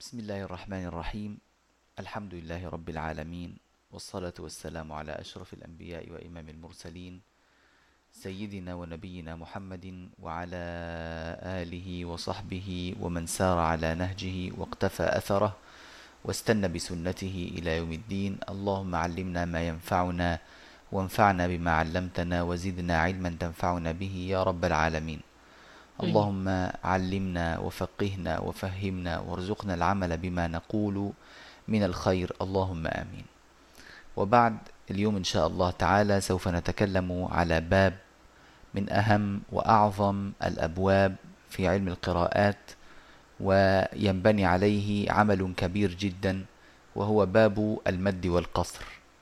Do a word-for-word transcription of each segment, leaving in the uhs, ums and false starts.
بسم الله الرحمن الرحيم. الحمد لله رب العالمين، والصلاة والسلام على أشرف الأنبياء وإمام المرسلين سيدنا ونبينا محمد وعلى آله وصحبه ومن سار على نهجه واقتفى أثره واستنى بسنته إلى يوم الدين. اللهم علمنا ما ينفعنا وانفعنا بما علمتنا وزدنا علما تنفعنا به يا رب العالمين. آمين. اللهم علمنا وفقهنا وفهمنا وارزقنا العمل بما نقول من الخير، اللهم آمين. وبعد، اليوم إن شاء الله تعالى سوف نتكلم على باب من أهم وأعظم الأبواب في علم القراءات، وينبني عليه عمل كبير جدا، وهو باب المد والقصر.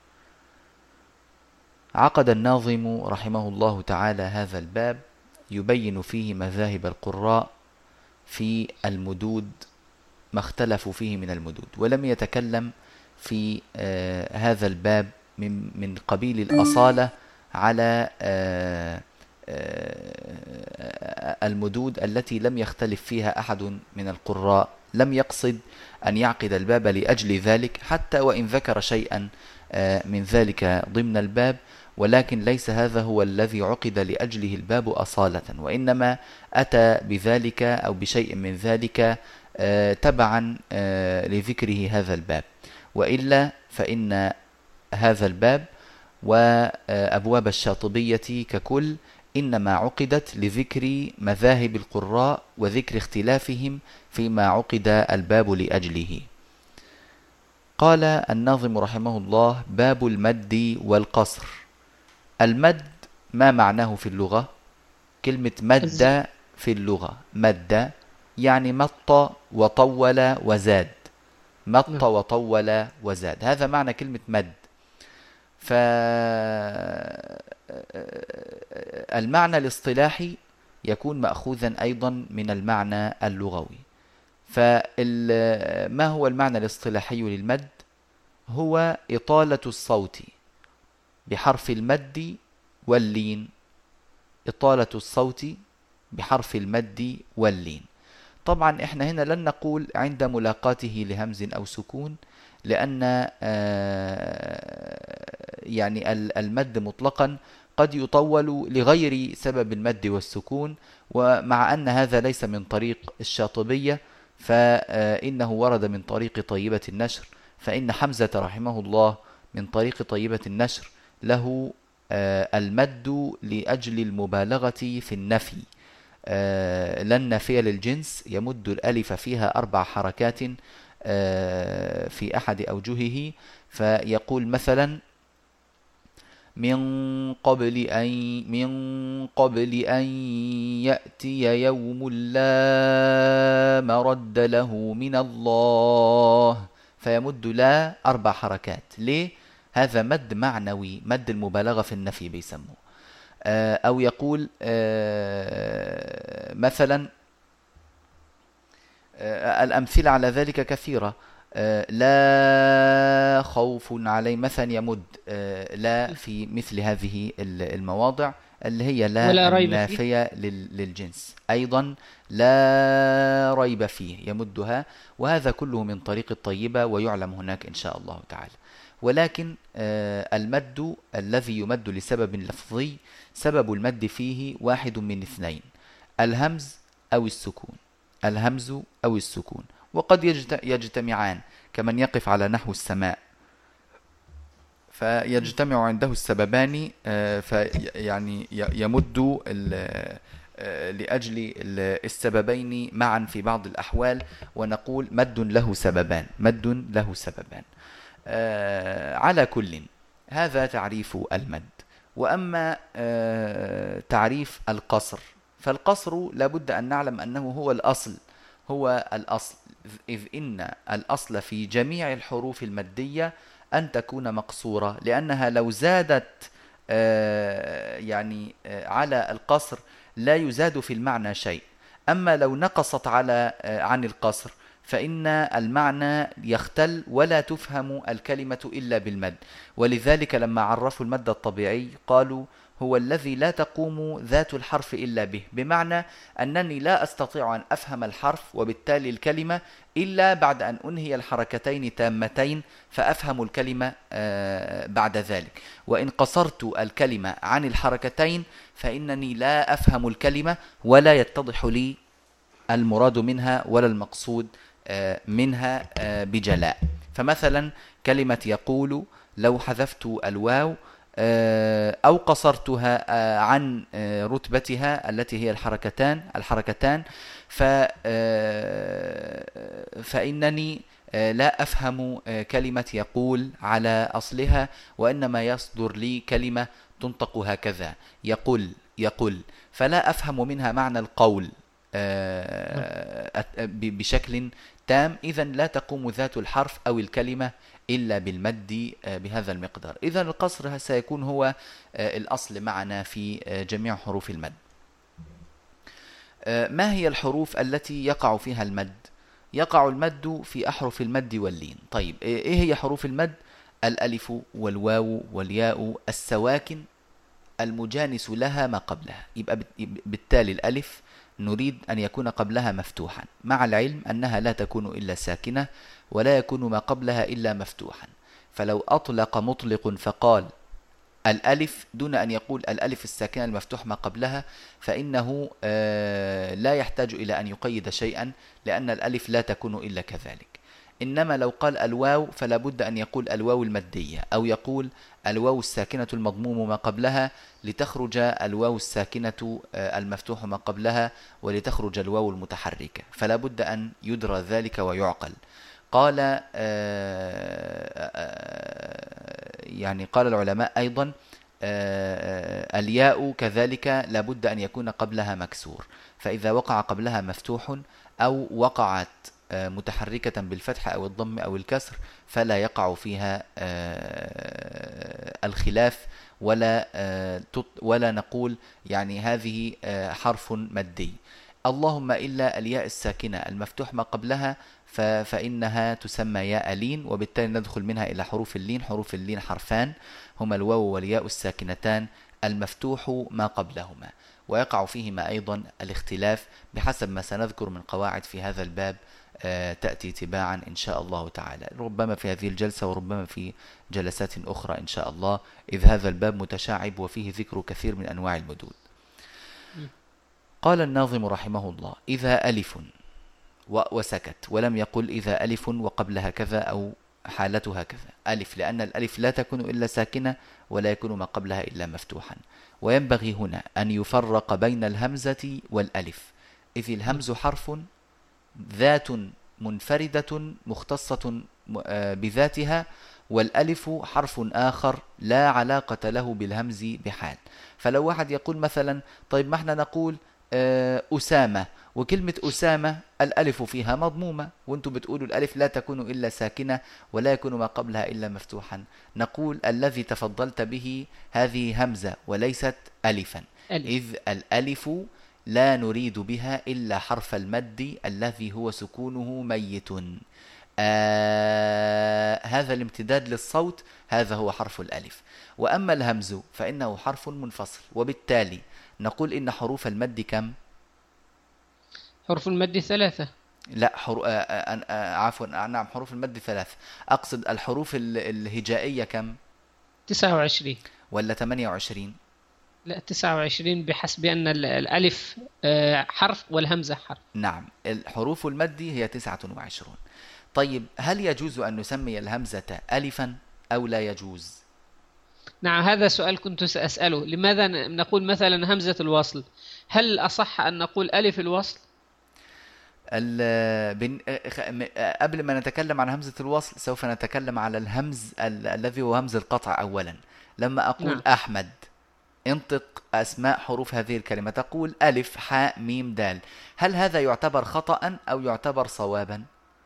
عقد الناظم رحمه الله تعالى هذا الباب يبين فيه مذاهب القراء في المدود، ما اختلفوا فيه من المدود، ولم يتكلم في آه هذا الباب من, من قبيل الأصالة على آه آه المدود التي لم يختلف فيها أحد من القراء. لم يقصد أن يعقد الباب لأجل ذلك، حتى وإن ذكر شيئا آه من ذلك ضمن الباب، ولكن ليس هذا هو الذي عقد لأجله الباب أصالة، وإنما أتى بذلك أو بشيء من ذلك آه تبعا آه لذكره هذا الباب. وإلا فإن هذا الباب وأبواب الشاطبية ككل إنما عقدت لذكر مذاهب القراء وذكر اختلافهم فيما عقد الباب لأجله. قال الناظم رحمه الله: باب المد والقصر. المد ما معناه في اللغة؟ كلمة الز... مد في اللغة، مد يعني مط وطول وزاد، مط نعم. وطول وزاد، هذا معنى كلمة مد. فالمعنى الاصطلاحي يكون مأخوذا أيضا من المعنى اللغوي. فما هو المعنى الاصطلاحي للمد؟ هو إطالة الصوت بحرف المد واللين، إطالة الصوت بحرف المد واللين. طبعا احنا هنا لن نقول عند ملاقاته لهمز أو سكون، لأن يعني المد مطلقا قد يطول لغير سبب المد والسكون، ومع أن هذا ليس من طريق الشاطبية، فإنه ورد من طريق طيبة النشر. فإن حمزة رحمه الله من طريق طيبة النشر له المد لأجل المبالغة في النفي، لا النافية للجنس، يمد الألف فيها أربع حركات في أحد أوجهه، فيقول مثلا: من قبل أن من قبل أن يأتي يوم لا مرد له من الله، فيمد لا أربع حركات. ليه؟ هذا مد معنوي، مد المبالغة في النفي بيسموه. أو يقول مثلا، الأمثلة على ذلك كثيرة. لا خوف علي مثلا، يمد لا في مثل هذه المواضع اللي هي لا ولا ريب فيه. النافية للجنس. أيضا لا ريب فيه يمدها، وهذا كله من طريق الطيبة، ويعلم هناك إن شاء الله تعالى. ولكن المد الذي يمد لسبب لفظي، سبب المد فيه واحد من اثنين: الهمز أو السكون، الهمز أو السكون، وقد يجتمعان، كمن يقف على نحو السماء فيجتمع عنده السببان، فيعني يمد لأجل السببين معا في بعض الأحوال، ونقول مد له سببان، مد له سببان. على كل، هذا تعريف المد. وأما تعريف القصر، فالقصر لابد أن نعلم أنه هو الأصل، هو الأصل، إذ إن الأصل في جميع الحروف المادية أن تكون مقصورة، لأنها لو زادت يعني على القصر لا يزاد في المعنى شيء. أما لو نقصت على عن القصر فإن المعنى يختل ولا تفهم الكلمة إلا بالمد. ولذلك لما عرفوا المد الطبيعي قالوا: هو الذي لا تقوم ذات الحرف إلا به، بمعنى أنني لا أستطيع أن أفهم الحرف وبالتالي الكلمة إلا بعد أن أنهي الحركتين تامتين فأفهم الكلمة بعد ذلك. وإن قصرت الكلمة عن الحركتين فإنني لا أفهم الكلمة ولا يتضح لي المراد منها ولا المقصود منها بجلاء. فمثلا كلمة يقول لو حذفت الواو أو قصرتها عن رتبتها التي هي الحركتان الحركتان فإنني لا أفهم كلمة يقول على أصلها، وإنما يصدر لي كلمة تنطق هكذا يقول يقول، فلا أفهم منها معنى القول بشكل تام. إذن لا تقوم ذات الحرف أو الكلمة إلا بالمد بهذا المقدار. إذن القصر سيكون هو الأصل معنا في جميع حروف المد. ما هي الحروف التي يقع فيها المد؟ يقع المد في أحرف المد واللين. طيب إيه هي حروف المد؟ الألف والواو والياء السواكن المجانس لها ما قبلها. يبقى بالتالي الألف نريد أن يكون قبلها مفتوحا، مع العلم أنها لا تكون إلا ساكنة ولا يكون ما قبلها إلا مفتوحا. فلو أطلق مطلق فقال الألف دون أن يقول الألف الساكنة المفتوح ما قبلها فإنه لا يحتاج إلى أن يقيد شيئا، لأن الألف لا تكون إلا كذلك. إنما لو قال الواو فلا بد أن يقول الواو المادية، أو يقول الواو الساكنة المضموم ما قبلها لتخرج الواو الساكنة المفتوح ما قبلها ولتخرج الواو المتحركة، فلا بد أن يدرى ذلك ويعقل. قال يعني قال العلماء أيضا الياء كذلك لا بد أن يكون قبلها مكسور، فإذا وقع قبلها مفتوح أو وقعت متحركة بالفتح أو الضم أو الكسر فلا يقع فيها الخلاف، ولا ولا نقول يعني هذه حرف مدي. اللهم إلا الياء الساكنة المفتوح ما قبلها فإنها تسمى ياء لين، وبالتالي ندخل منها إلى حروف اللين. حروف اللين حرفان هما الواو والياء الساكنتان المفتوح ما قبلهما، ويقع فيهما أيضا الاختلاف بحسب ما سنذكر من قواعد في هذا الباب تأتي تباعا إن شاء الله تعالى، ربما في هذه الجلسة وربما في جلسات أخرى إن شاء الله، إذ هذا الباب متشعب وفيه ذكر كثير من أنواع المدود. قال الناظم رحمه الله: إذا ألف وسكت، ولم يقل إذا ألف وقبلها كذا أو حالتها كذا. ألف لأن الألف لا تكون إلا ساكنة ولا يكون ما قبلها إلا مفتوحا. وينبغي هنا أن يفرق بين الهمزة والألف، إذ الهمز حرف ذات منفردة مختصة بذاتها، والألف حرف آخر لا علاقة له بالهمز بحال. فلو واحد يقول مثلا طيب ما احنا نقول أسامة، وكلمة أسامة الألف فيها مضمومة، وانتم بتقولوا الألف لا تكون إلا ساكنة ولا يكون ما قبلها إلا مفتوحا. نقول الذي تفضلت به هذه همزة وليست ألفا، ألف. إذ الألف لا نريد بها إلا حرف المد الذي هو سكونه ميت. آه هذا الامتداد للصوت هذا هو حرف الألف. وأما الهمز فإنه حرف منفصل، وبالتالي نقول إن حروف المد كم؟ حروف المد ثلاثة. لا حرو... آه آه آه عفوا نعم حروف المد ثلاثة. أقصد الحروف الهجائية كم؟ تسعة وعشرين ولا ثمانية وعشرين؟ لا تسعة وعشرين، بحسب أن الألف حرف والهمزة حرف. نعم الحروف المد هي تسعة وعشرون. طيب هل يجوز أن نسمي الهمزة ألفا أو لا يجوز؟ نعم هذا سؤال كنت سأسأله. لماذا نقول مثلا همزة الوصل؟ هل أصح أن نقول ألف الوصل؟ قبل ما نتكلم عن همزة الوصل سوف نتكلم على الهمز ال... الذي هو همز القطع أولا. لما أقول نعم. أحمد، انطق أسماء حروف هذه الكلمة، تقول ألف حاء ميم دال، هل هذا يعتبر خطأ أو يعتبر صوابا؟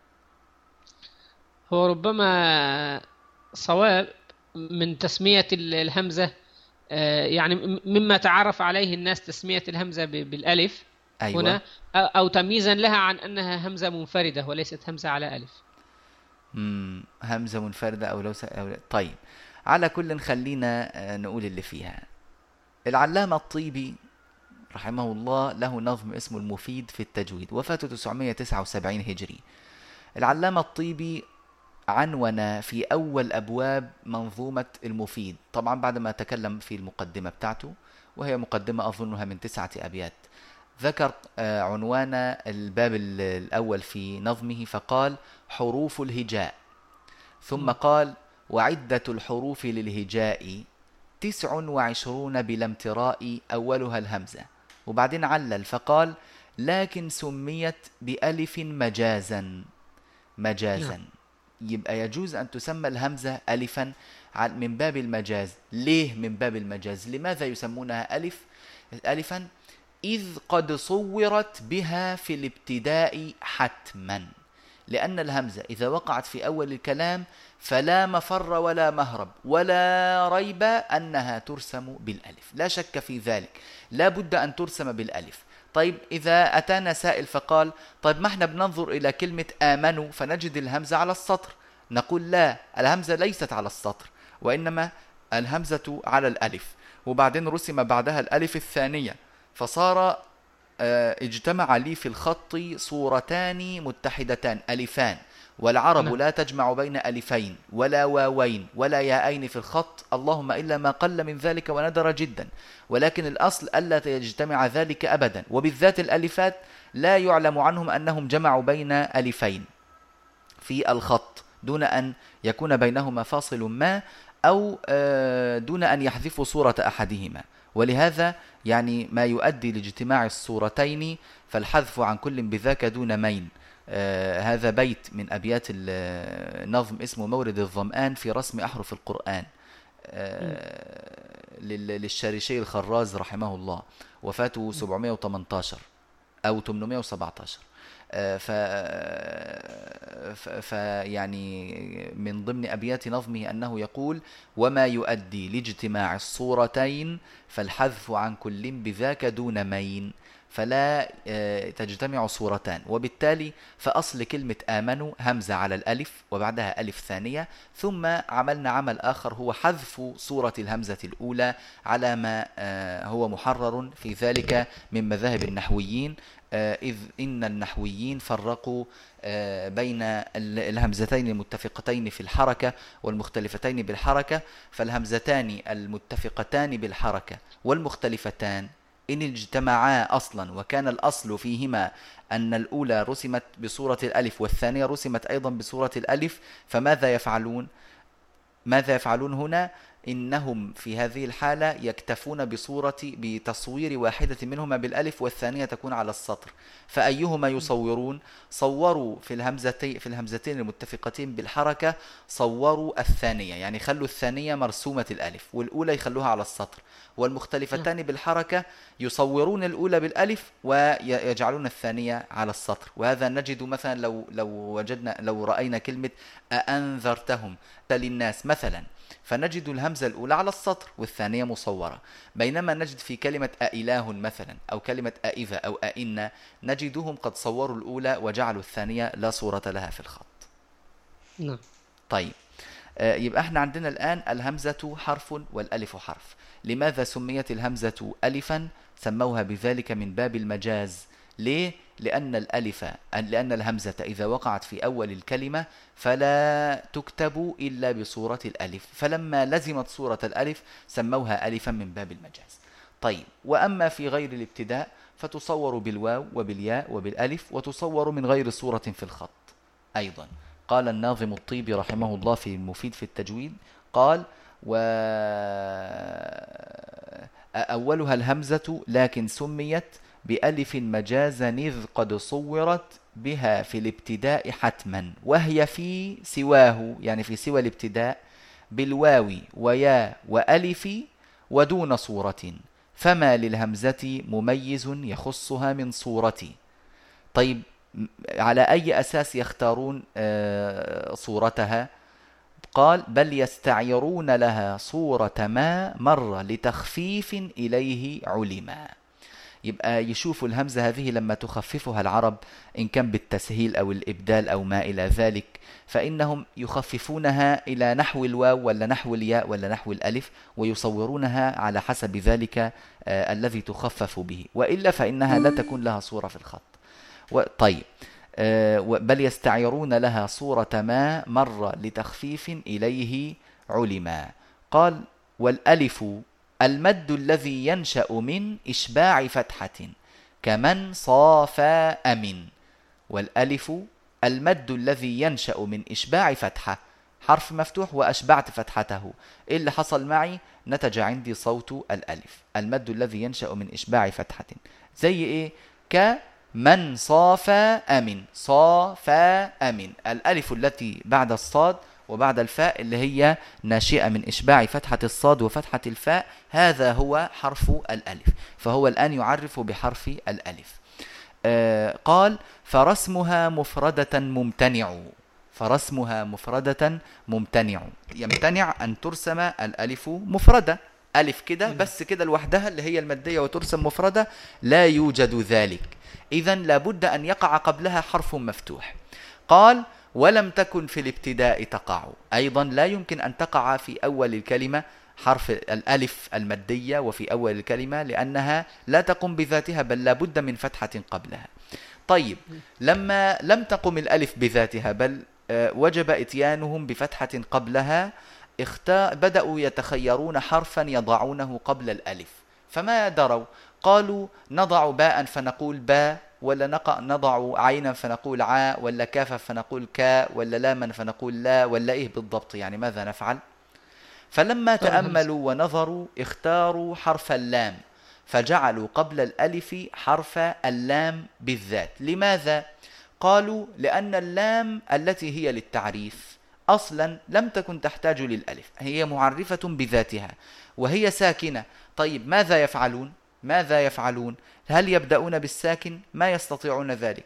هو ربما صواب من تسمية الهمزة، يعني مما تعرف عليه الناس تسمية الهمزة بالألف. أيوة. هنا أو تمييزا لها عن أنها همزة منفردة وليست همزة على ألف. مم. همزة منفردة أو لو, س... أو طيب على كل خلينا نقول اللي فيها. العلامة الطيبي رحمه الله له نظم اسمه المفيد في التجويد، وفاته تسعمائة وتسعة وسبعين هجري. العلامة الطيبي عنون في أول أبواب منظومة المفيد، طبعا بعد ما تكلم في المقدمة بتاعته، وهي مقدمة أظنها من تسعة أبيات، ذكر عنوان الباب الأول في نظمه فقال: حروف الهجاء. ثم قال: وعدة الحروف للهجاء تسع وعشرون بلا امتراء أولها الهمزة. وبعدين علل فقال: لكن سميت بألف مجازا. مجازا يبقى يجوز أن تسمى الهمزة ألفا من باب المجاز. ليه من باب المجاز؟ لماذا يسمونها ألف ألفا؟ إذ قد صورت بها في الابتداء حتما، لأن الهمزة إذا وقعت في أول الكلام فلا مفر ولا مهرب ولا ريب أنها ترسم بالألف، لا شك في ذلك، لا بد أن ترسم بالألف. طيب إذا أتانا سائل فقال: طيب ما احنا بننظر إلى كلمة آمنوا فنجد الهمزة على السطر، نقول لا، الهمزة ليست على السطر، وإنما الهمزة على الألف، وبعدين رسم بعدها الألف الثانية، فصار اجتمع لي في الخط صورتان متحدتان ألفان، والعرب نعم. لا تجمع بين ألفين ولا واوين ولا ياءين في الخط، اللهم إلا ما قل من ذلك وندر جدا، ولكن الأصل ألا يجتمع ذلك أبدا، وبالذات الألفات لا يعلم عنهم أنهم جمعوا بين ألفين في الخط دون أن يكون بينهما فاصل ما، أو دون أن يحذفوا صورة أحدهما، ولهذا يعني ما يؤدي لاجتماع الصورتين فالحذف عن كل بذاك دون مين. آه هذا بيت من أبيات النظم اسمه مورد الظمآن في رسم أحرف القرآن، آه للشارشي الخراز رحمه الله، وفاته سبعمائة وثمانية عشر أو ثمانمائة وسبعة عشر. آه ف... ف... يعني من ضمن أبيات نظمه أنه يقول: وما يؤدي لاجتماع الصورتين فالحذف عن كل بذاك دون مين، فلا تجتمع صورتان، وبالتالي فأصل كلمة آمنوا همزة على الألف وبعدها ألف ثانية، ثم عملنا عمل آخر هو حذف صورة الهمزة الأولى على ما هو محرر في ذلك من مذاهب النحويين، إذ إن النحويين فرقوا بين الهمزتين المتفقتين في الحركة والمختلفتين بالحركة، فالهمزتان المتفقتان بالحركة والمختلفتان إن اجتمعا أصلا وكان الأصل فيهما أن الأولى رسمت بصورة الألف والثانية رسمت أيضا بصورة الألف، فماذا يفعلون؟ ماذا يفعلون هنا؟ إنهم في هذه الحالة يكتفون بصورة بتصوير واحدة منهما بالألف والثانية تكون على السطر، فأيهما يصورون؟ صوروا في الهمزتين في الهمزتين المتفقتين بالحركة صوروا الثانية، يعني خلوا الثانية مرسومة الألف والأولى يخلوها على السطر، والمختلفتان بالحركة يصورون الأولى بالألف ويجعلون الثانية على السطر. وهذا نجد مثلا لو لو وجدنا لو رأينا كلمة أأنذرتهم للناس مثلا، فنجد الهمزة الأولى على السطر والثانية مصورة، بينما نجد في كلمة أإله مثلا أو كلمة أإذا أو أئن نجدهم قد صوروا الأولى وجعلوا الثانية لا صورة لها في الخط. نعم. طيب آه يبقى احنا عندنا الآن الهمزة حرف والألف حرف. لماذا سميت الهمزة ألفا؟ سموها بذلك من باب المجاز. ليه؟ لأن الألف لأن الهمزة إذا وقعت في أول الكلمة فلا تكتب إلا بصورة الألف، فلما لزمت صورة الألف سموها ألفا من باب المجاز. طيب وأما في غير الابتداء فتصور بالواو وبالياء وبالألف، وتصور من غير صورة في الخط أيضا. قال الناظم الطيبي رحمه الله في المفيد في التجويد، قال: وأولها الهمزة لكن سميت بألف مجازا إذ قد صورت بها في الابتداء حتما، وهي في سواه يعني في سوى الابتداء بالواو ويا وألف ودون صورة، فما للهمزة مميز يخصها من صورتي. طيب على أي أساس يختارون صورتها؟ قال: بل يستعيرون لها صورة ما مر لتخفيف إليه علما. يبقى يشوفوا الهمزة هذه لما تخففها العرب إن كان بالتسهيل أو الإبدال أو ما إلى ذلك، فإنهم يخففونها إلى نحو الواو ولا نحو الياء ولا نحو الألف، ويصورونها على حسب ذلك آه الذي تخفف به، وإلا فإنها لا تكون لها صورة في الخط. طيب آه بل يستعيرون لها صورة ما مر لتخفيف إليه علما. قال والألف المد الذي ينشأ من إشباع فتحة كمن صافى أمن. والألف المد الذي ينشأ من إشباع فتحة، حرف مفتوح وأشبعت فتحته، إيه اللي حصل معي؟ نتج عندي صوت الألف. المد الذي ينشأ من إشباع فتحة زي إيه؟ كمن صافى أمن. صافى أمن، الألف التي بعد الصاد وبعد الفاء اللي هي ناشئة من إشباع فتحة الصاد وفتحة الفاء، هذا هو حرف الألف. فهو الآن يعرف بحرف الألف. آه قال فرسمها مفردة ممتنع. فرسمها مفردة ممتنع، يمتنع أن ترسم الألف مفردة، ألف كده بس كده لوحدها اللي هي المادية وترسم مفردة، لا يوجد ذلك. إذن لابد أن يقع قبلها حرف مفتوح. قال ولم تكن في الابتداء تقع، أيضا لا يمكن أن تقع في أول الكلمة حرف الألف المادية وفي أول الكلمة، لأنها لا تقوم بذاتها بل لابد من فتحة قبلها. طيب لما لم تقم الألف بذاتها بل وجب إتيانهم بفتحة قبلها، بدأوا يتخيرون حرفا يضعونه قبل الألف، فما دروا، قالوا نضع باء فنقول باء، ولا نضع عينا فنقول عاء، ولا كافا فنقول كاء، ولا لاما فنقول لا، ولا إيه بالضبط يعني ماذا نفعل؟ فلما تأملوا ونظروا اختاروا حرف اللام، فجعلوا قبل الألف حرف اللام بالذات. لماذا؟ قالوا لأن اللام التي هي للتعريف أصلا لم تكن تحتاج للألف، هي معرفة بذاتها وهي ساكنة. طيب ماذا يفعلون؟ ماذا يفعلون؟ هل يبدأون بالساكن؟ ما يستطيعون ذلك،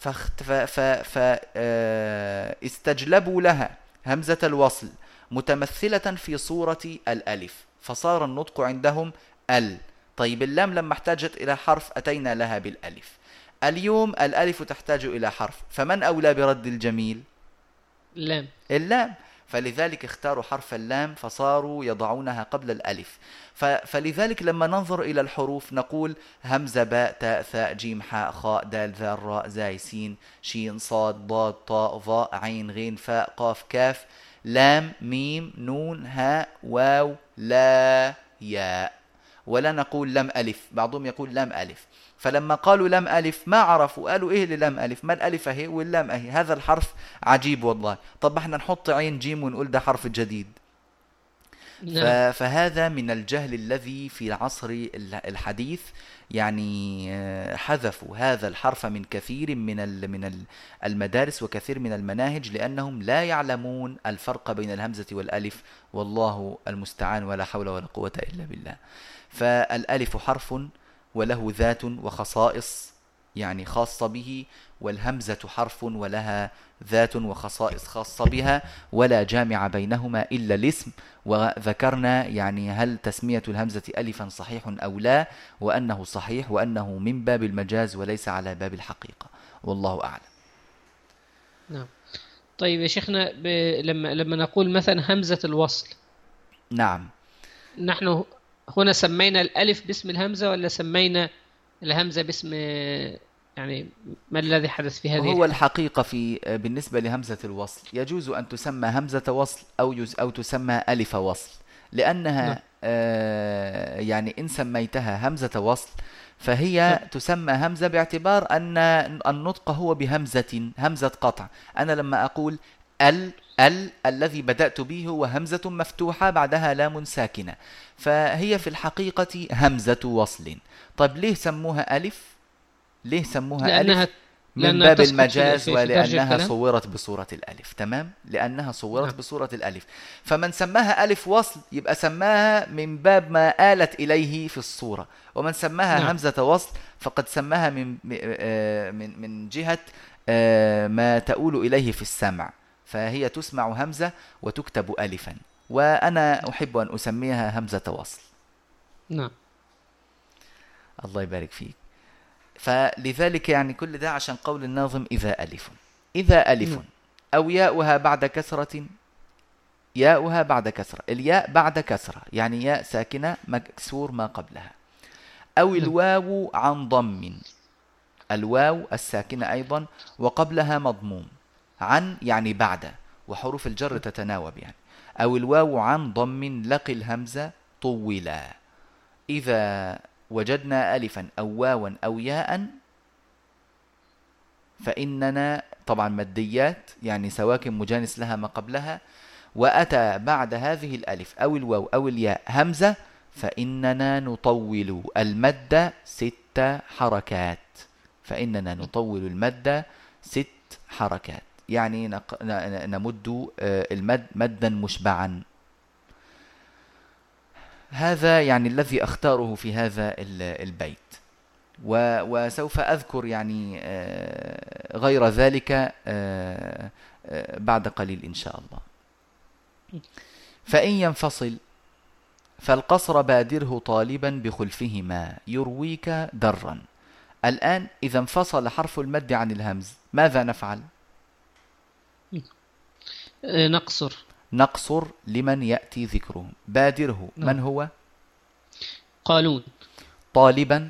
فاستجلبوا لها همزة الوصل متمثلة في صورة الألف، فصار النطق عندهم ال. طيب اللام لما احتاجت إلى حرف أتينا لها بالألف. اليوم الألف تحتاج إلى حرف، فمن أولى برد الجميل؟ اللام. اللام، فلذلك اختاروا حرف اللام فصاروا يضعونها قبل الألف. فلذلك لما ننظر إلى الحروف نقول همزة باء تاء ثاء جيم حاء خاء دال ذال راء زاي سين شين صاد ضاد طاء ظاء عين غين فاء قاف كاف لام ميم نون هاء واو لا ياء، ولا نقول لم ألف. بعضهم يقول لام ألف، فلما قالوا لام ألف ما عرفوا، قالوا إيه للام ألف؟ ما الألف أهي واللام أهي، هذا الحرف عجيب والله. طب احنا نحط عين جيم ونقول ده حرف جديد. فهذا من الجهل الذي في العصر الحديث، يعني حذفوا هذا الحرف من كثير من من المدارس وكثير من المناهج، لأنهم لا يعلمون الفرق بين الهمزة والألف، والله المستعان ولا حول ولا قوة إلا بالله. فالألف حرف وله ذات وخصائص يعني خاصة به، والهمزة حرف ولها ذات وخصائص خاصة بها، ولا جامع بينهما إلا الاسم. وذكرنا يعني هل تسمية الهمزة ألفا صحيح أو لا، وأنه صحيح وأنه من باب المجاز وليس على باب الحقيقة، والله أعلم. نعم. طيب يا شيخنا ب... لما لما نقول مثلا همزة الوصل، نعم، نحن هنا سمينا الألف باسم الهمزة ولا سمينا الهمزة باسم، يعني ما الذي حدث في هذه؟ هو الحقيقة في بالنسبة لهمزة الوصل يجوز أن تسمى همزة وصل أو يز أو تسمى ألف وصل، لأنها نعم. آه يعني إن سميتها همزة وصل فهي نعم. تسمى همزة باعتبار أن النطق هو بهمزة، همزة قطع. أنا لما أقول ال ال الذي بدأت به هو همزة مفتوحة بعدها لام ساكنة، فهي في الحقيقة همزة وصل. طيب ليه سموها ألف؟ ليه سموها لأنها ألف؟ من باب المجاز، ولأنها صورت بصورة الألف. تمام، لأنها صورت نعم. بصورة الألف، فمن سماها ألف وصل يبقى سماها من باب ما آلت إليه في الصورة، ومن سماها نعم. همزة وصل فقد سماها من من من جهة ما تؤول إليه في السمع، فهي تسمع همزة وتكتب ألفا، وأنا أحب أن أسميها همزة وصل. نعم. الله يبارك فيك. فلذلك يعني كل ده عشان قول الناظم إذا ألف، إذا ألف أو ياؤها بعد كسرة، ياؤها بعد كسرة، الياء بعد كسرة يعني ياء ساكنة مكسور ما قبلها، أو الواو عن ضم، الواو الساكنة أيضا وقبلها مضموم، عن يعني بعد، وحروف الجر تتناوب يعني، أو الواو عن ضم لقي الهمزة طولا. إذا وجدنا ألفا أو واوا أو ياء فإننا طبعا ماديات يعني سواكن مجانس لها ما قبلها، وأتى بعد هذه الألف أو الواو أو الياء همزة، فإننا نطول المد ست حركات، فإننا نطول المد ست حركات، يعني نمد المد مدا مشبعا. هذا يعني الذي أختاره في هذا البيت، وسوف أذكر يعني غير ذلك بعد قليل إن شاء الله. فإن ينفصل فالقصر بادره طالبا بخلفهما يرويك درا. الآن إذا انفصل حرف المد عن الهمز ماذا نفعل؟ نقصر نقصر لمن يأتي ذكره. بادره من هو؟ قالون. طالبا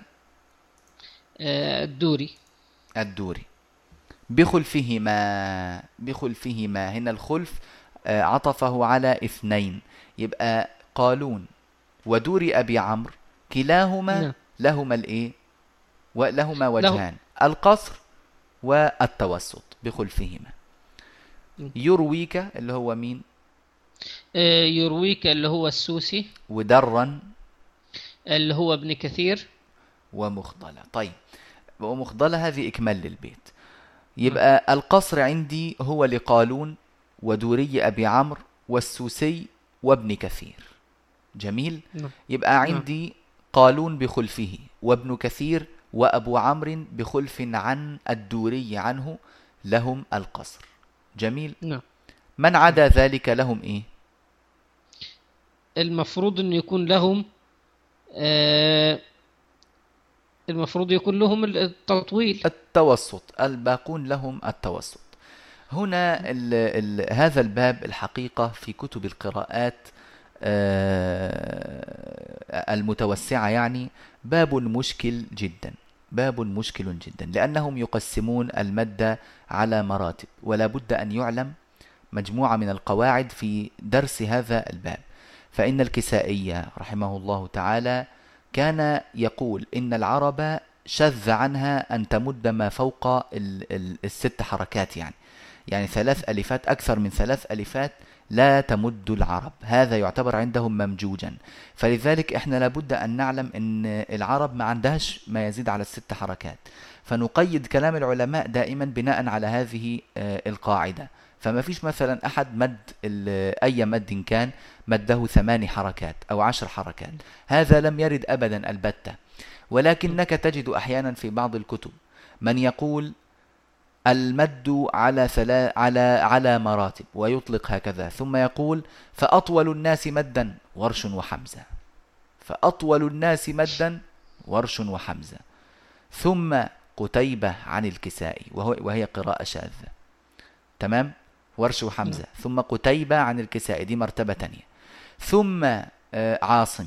الدوري الدوري. بخلفهما، بخلفهما هنا الخلف عطفه على اثنين، يبقى قالون ودوري أبي عمرو كلاهما لا. لهما الايه ولهما وجهان، له. القصر والتوسط بخلفهما. يرويك اللي هو مين؟ يرويك اللي هو السوسي، ودرا اللي هو ابن كثير، ومخضلة. طيب ومخضلة هذه إكمال للبيت. يبقى القصر عندي هو لقالون ودوري أبي عمرو والسوسي وابن كثير. جميل. يبقى عندي قالون بخلفه وابن كثير وأبو عمرو بخلف عن الدوري عنه لهم القصر. جميل. من عدا ذلك لهم إيه؟ المفروض أن يكون لهم آه المفروض يكون لهم التطويل، التوسط، الباقون لهم التوسط. هنا ال ال هذا الباب الحقيقة في كتب القراءات المتوسعة يعني باب مشكل جدا، باب مشكل جدا، لأنهم يقسمون المد على مراتب، ولا بد أن يعلم مجموعة من القواعد في درس هذا الباب. فإن الكسائي رحمه الله تعالى كان يقول إن العرب شذ عنها أن تمد ما فوق ال ال الست حركات، يعني يعني ثلاث ألفات، أكثر من ثلاث ألفات لا تمد العرب، هذا يعتبر عندهم ممجوجا. فلذلك احنا لابد أن نعلم أن العرب ما عندهاش ما يزيد على الست حركات، فنقيد كلام العلماء دائما بناء على هذه القاعدة. فما فيش مثلا أحد مد أي مد كان مده ثماني حركات أو عشر حركات، هذا لم يرد أبدا البتة. ولكنك تجد أحيانا في بعض الكتب من يقول المد على ثلا على على مراتب ويطلق هكذا، ثم يقول فأطول الناس مدا ورش وحمزة، فأطول الناس مدا ورش وحمزة، ثم قتيبة عن الكسائي وهي قراءة شاذة. تمام؟ ورش وحمزة ثم قتيبة عن الكسائي، دي مرتبة تانية، ثم عاصم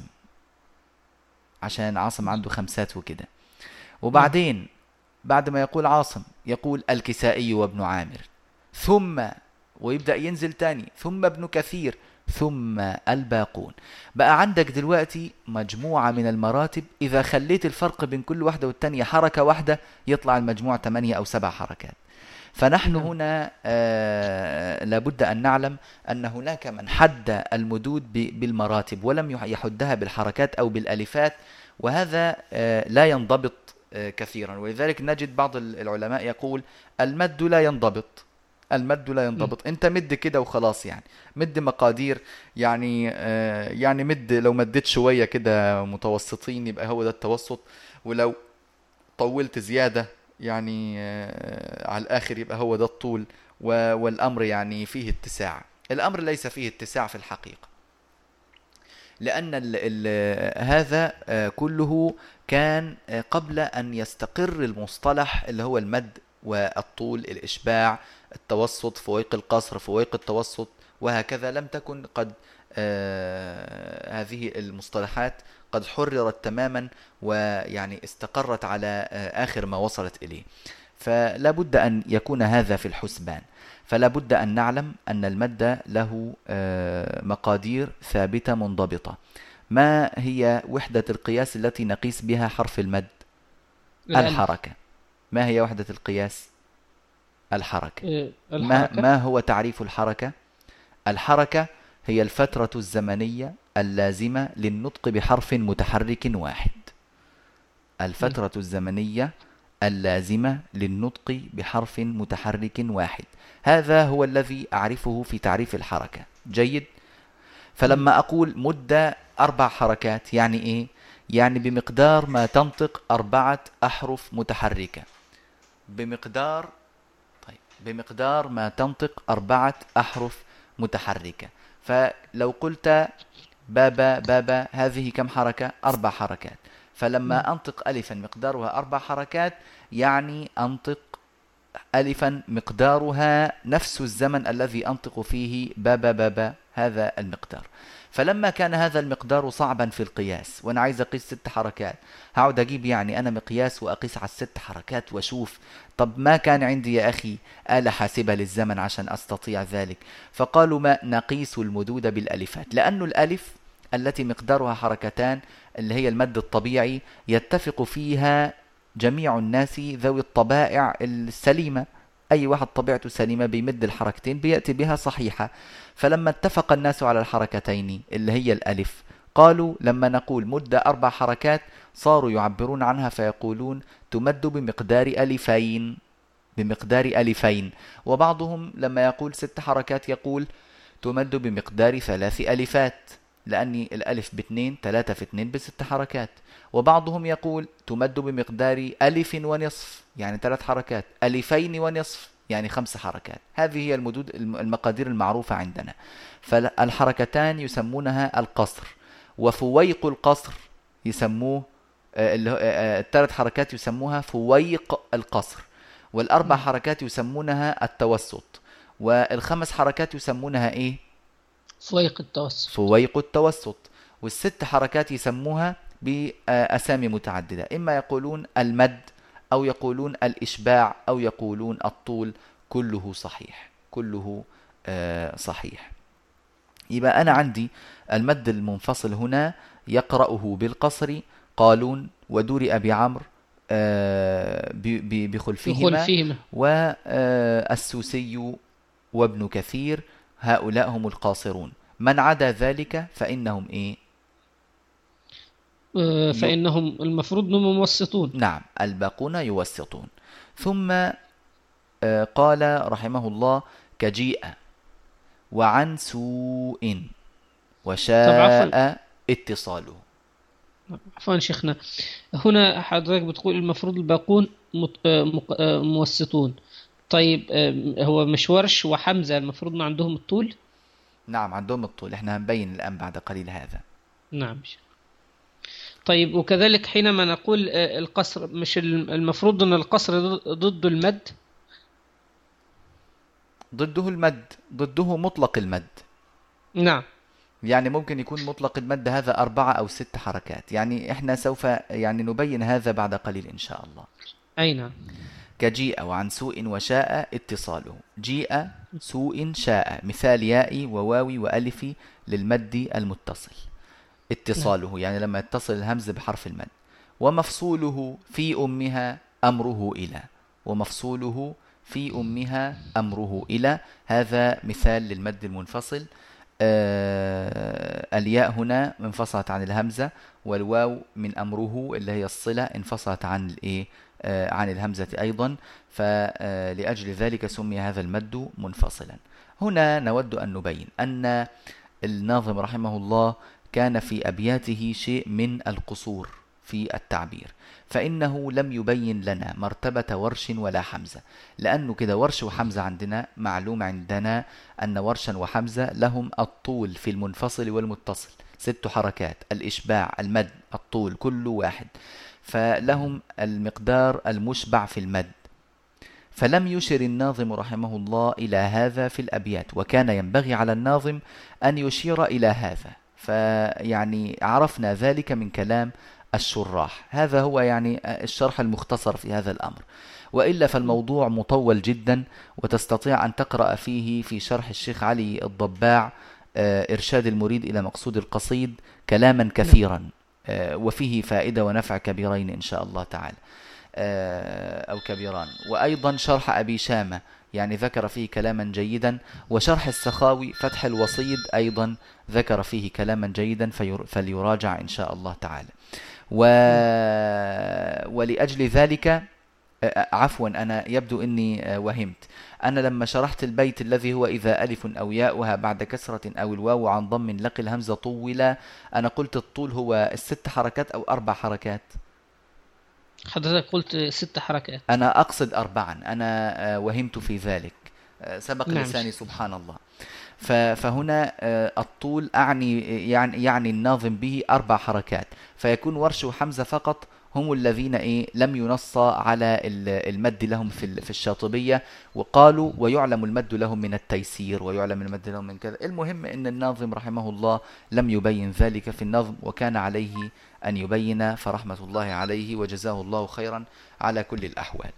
عشان عاصم عنده خمسات وكده، وبعدين بعد ما يقول عاصم يقول الكسائي وابن عامر، ثم ويبدأ ينزل تاني، ثم ابن كثير، ثم الباقون. بقى عندك دلوقتي مجموعة من المراتب، إذا خليت الفرق بين كل واحدة والتانية حركة واحدة يطلع المجموع ثمانية أو سبع حركات. فنحن هنا آه لابد أن نعلم أن هناك من حد المدود بالمراتب ولم يحدها بالحركات أو بالألفات، وهذا آه لا ينضبط آه كثيرا. ولذلك نجد بعض العلماء يقول المد لا ينضبط، المد لا ينضبط، انت مد كده وخلاص، يعني مد مقادير، يعني آه يعني مد لو مدت شوية كده متوسطين يبقى هو ده التوسط، ولو طولت زيادة يعني آه على الآخر يبقى هو ده الطول، والأمر يعني فيه اتساع. الأمر ليس فيه اتساع في الحقيقة. لأن ال ال هذا كله كان قبل أن يستقر المصطلح اللي هو المد والطول، الإشباع، التوسط، فويق القصر، فويق التوسط، وهكذا. لم تكن قد آه هذه المصطلحات قد حررت تماما ويعني استقرت على آه آخر ما وصلت إليه. فلا بد أن يكون هذا في الحسبان. فلا بد أن نعلم أن المد له آه مقادير ثابتة منضبطة. ما هي وحدة القياس التي نقيس بها حرف المد؟ الحركة. ما هي وحدة القياس؟ الحركة. ما, ما هو تعريف الحركة؟ الحركة هي الفترة الزمنية اللازمة للنطق بحرف متحرك واحد. الفترة الزمنية اللازمة للنطق بحرف متحرك واحد، هذا هو الذي أعرفه في تعريف الحركة. جيد. فلما أقول مدة أربع حركات يعني إيه؟ يعني بمقدار ما تنطق أربعة أحرف متحركة. بمقدار طيب بمقدار ما تنطق أربعة أحرف متحركة. فلو قلت بابا بابا، هذه كم حركة؟ أربع حركات. فلما أنطق ألفا مقدارها أربع حركات يعني أنطق ألفا مقدارها نفس الزمن الذي أنطق فيه بابا بابا، هذا المقدار. فلما كان هذا المقدار صعبا في القياس وأنا عايز أقيس ست حركات، هقعد أجيب يعني أنا مقياس وأقيس على الست حركات وأشوف. طب ما كان عندي يا أخي آلة حاسبة للزمن عشان أستطيع ذلك. فقالوا ما نقيس المدود بالألفات، لأن الألف التي مقدارها حركتان اللي هي المد الطبيعي يتفق فيها جميع الناس ذوي الطبائع السليمة. أي واحد طبيعته سليمة بيمد الحركتين بيأتي بها صحيحة. فلما اتفق الناس على الحركتين اللي هي الألف، قالوا لما نقول مد أربع حركات صاروا يعبرون عنها فيقولون تمد بمقدار ألفين، بمقدار ألفين. وبعضهم لما يقول ست حركات يقول تمد بمقدار ثلاث ألفات، لأني الألف باثنين، ثلاثة في اثنين بست حركات. وبعضهم يقول تمد بمقدار ألف ونصف، يعني ثلاث حركات، ألفين ونصف يعني خمس حركات. هذه هي المدود المقادير المعروفة عندنا. فالحركتان يسمونها القصر، وفويق القصر يسموه الثلاث حركات يسموها فويق القصر، والأربع حركات يسمونها التوسط، والخمس حركات يسمونها إيه؟ فويق التوسط. فويق التوسط. والست حركات يسموها بأسامي متعددة، إما يقولون المد أو يقولون الإشباع أو يقولون الطول. كله صحيح، كله آه صحيح. يبقى أنا عندي المد المنفصل هنا يقرأه بالقصر قالون ودور أبي عمرو آه بخلفهما، والسوسي وابن كثير، هؤلاء هم القاصرون. من عدا ذلك فإنهم إيه؟ فإنهم المفروض أنهم موسطون. نعم، الباقون يوسطون. ثم قال رحمه الله كجيء وعن سوء وشاء اتصاله. عفوا شيخنا، هنا حضرتك بتقول المفروض الباقون موسطون. طيب هو مش ورش وحمزة المفروض ما عندهم الطول؟ نعم عندهم الطول، احنا هنبين الآن بعد قليل هذا. نعم. طيب وكذلك حينما نقول القصر، مش المفروض أن القصر ضد المد؟ ضده المد، ضده مطلق المد. نعم. يعني ممكن يكون مطلق المد هذا أربعة أو ست حركات، يعني إحنا سوف يعني نبين هذا بعد قليل إن شاء الله. أي نعم. كجيء وعن سوء وشاء اتصاله. جيء سوء شاء، مثال يائي وواوي وألفي للمد المتصل. اتصاله يعني لما يتصل الهمز بحرف المد. ومفصوله في أمها أمره إلى، ومفصوله في أمها أمره إلى، هذا مثال للمد المنفصل. آه الياء هنا انفصلت عن الهمزة، والواو من أمره اللي هي الصلة انفصلت عن الإيه آه عن الهمزة أيضا، فلأجل ذلك سمي هذا المد منفصلا. هنا نود أن نبين أن الناظم رحمه الله كان في أبياته شيء من القصور في التعبير، فإنه لم يبين لنا مرتبة ورش ولا حمزة، لأنه كده ورش وحمزة عندنا معلوم عندنا أن ورشا وحمزة لهم الطول في المنفصل والمتصل، ست حركات، الإشباع، المد، الطول، كل واحد، فلهم المقدار المشبع في المد. فلم يشر الناظم رحمه الله إلى هذا في الأبيات، وكان ينبغي على الناظم أن يشير إلى هذا، فيعني عرفنا ذلك من كلام الشراح. هذا هو يعني الشرح المختصر في هذا الأمر، وإلا فالموضوع مطول جدا، وتستطيع أن تقرأ فيه في شرح الشيخ علي الضباع إرشاد المريد إلى مقصود القصيد كلاما كثيرا، وفيه فائدة ونفع كبيرين إن شاء الله تعالى، أو كبيران. وأيضا شرح أبي شامة يعني ذكر فيه كلاما جيدا، وشرح السخاوي فتح الوصيد أيضا ذكر فيه كلاما جيدا فليراجع إن شاء الله تعالى. و... ولأجل ذلك عفوا أنا يبدو أني وهمت، أنا لما شرحت البيت الذي هو إذا ألف أو ياؤها بعد كسرة أو الواو عن ضم لقي الهمزة طولا، أنا قلت الطول هو الست حركات أو أربع حركات؟ حضرتك قلت ست حركات. أنا أقصد أربعا، أنا وهمت في ذلك، سبق نعم. لساني سبحان الله. فهنا الطول أعني يعني, يعني الناظم به أربع حركات، فيكون ورش وحمزة فقط هم الذين إيه لم ينص على المد لهم في في الشاطبية، وقالوا ويعلم المد لهم من التيسير ويعلم المد لهم من كذا. المهم أن الناظم رحمه الله لم يبين ذلك في النظم، وكان عليه أن يبين، فرحمة الله عليه وجزاه الله خيرا على كل الأحوال.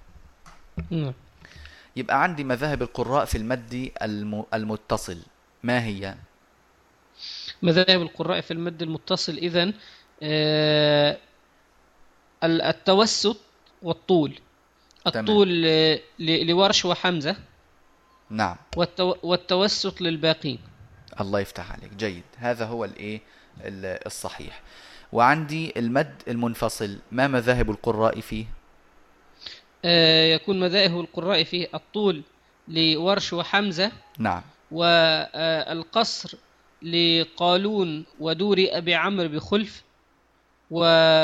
يبقى عندي مذاهب القراء في المد المتصل، ما هي مذاهب القراء في المد المتصل؟ إذن آه التوسط والطول. الطول لورش وحمزة، نعم، والتو... والتوسط للباقين. الله يفتح عليك، جيد، هذا هو الايه الصحيح. وعندي المد المنفصل، ما مذاهب القراء فيه؟ آه يكون مذاهب القراء فيه الطول لورش وحمزة، نعم، والقصر لقالون ودوري أبي عمرو بخلف، و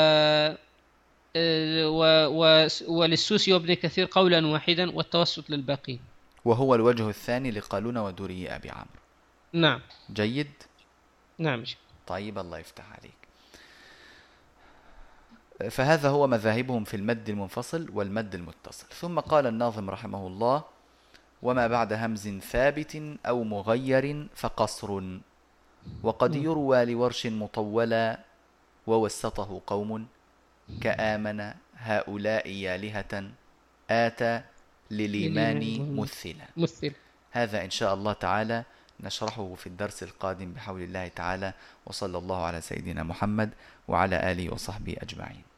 و... و... وللسوسي وابن كثير قولا واحدا، والتوسط للباقين، وهو الوجه الثاني لقالون ودوري أبي عمرو. نعم، جيد، نعم، طيب، الله يفتح عليك. فهذا هو مذاهبهم في المد المنفصل والمد المتصل. ثم قال الناظم رحمه الله: وما بعد همز ثابت أو مغير فقصر، وقد يروى لورش مطولا، ووسطه قوم كآمن هؤلاء يالهة، آتى للإيمان مثلا. مثل. هذا إن شاء الله تعالى نشرحه في الدرس القادم بحول الله تعالى، وصلى الله على سيدنا محمد وعلى آله وصحبه أجمعين.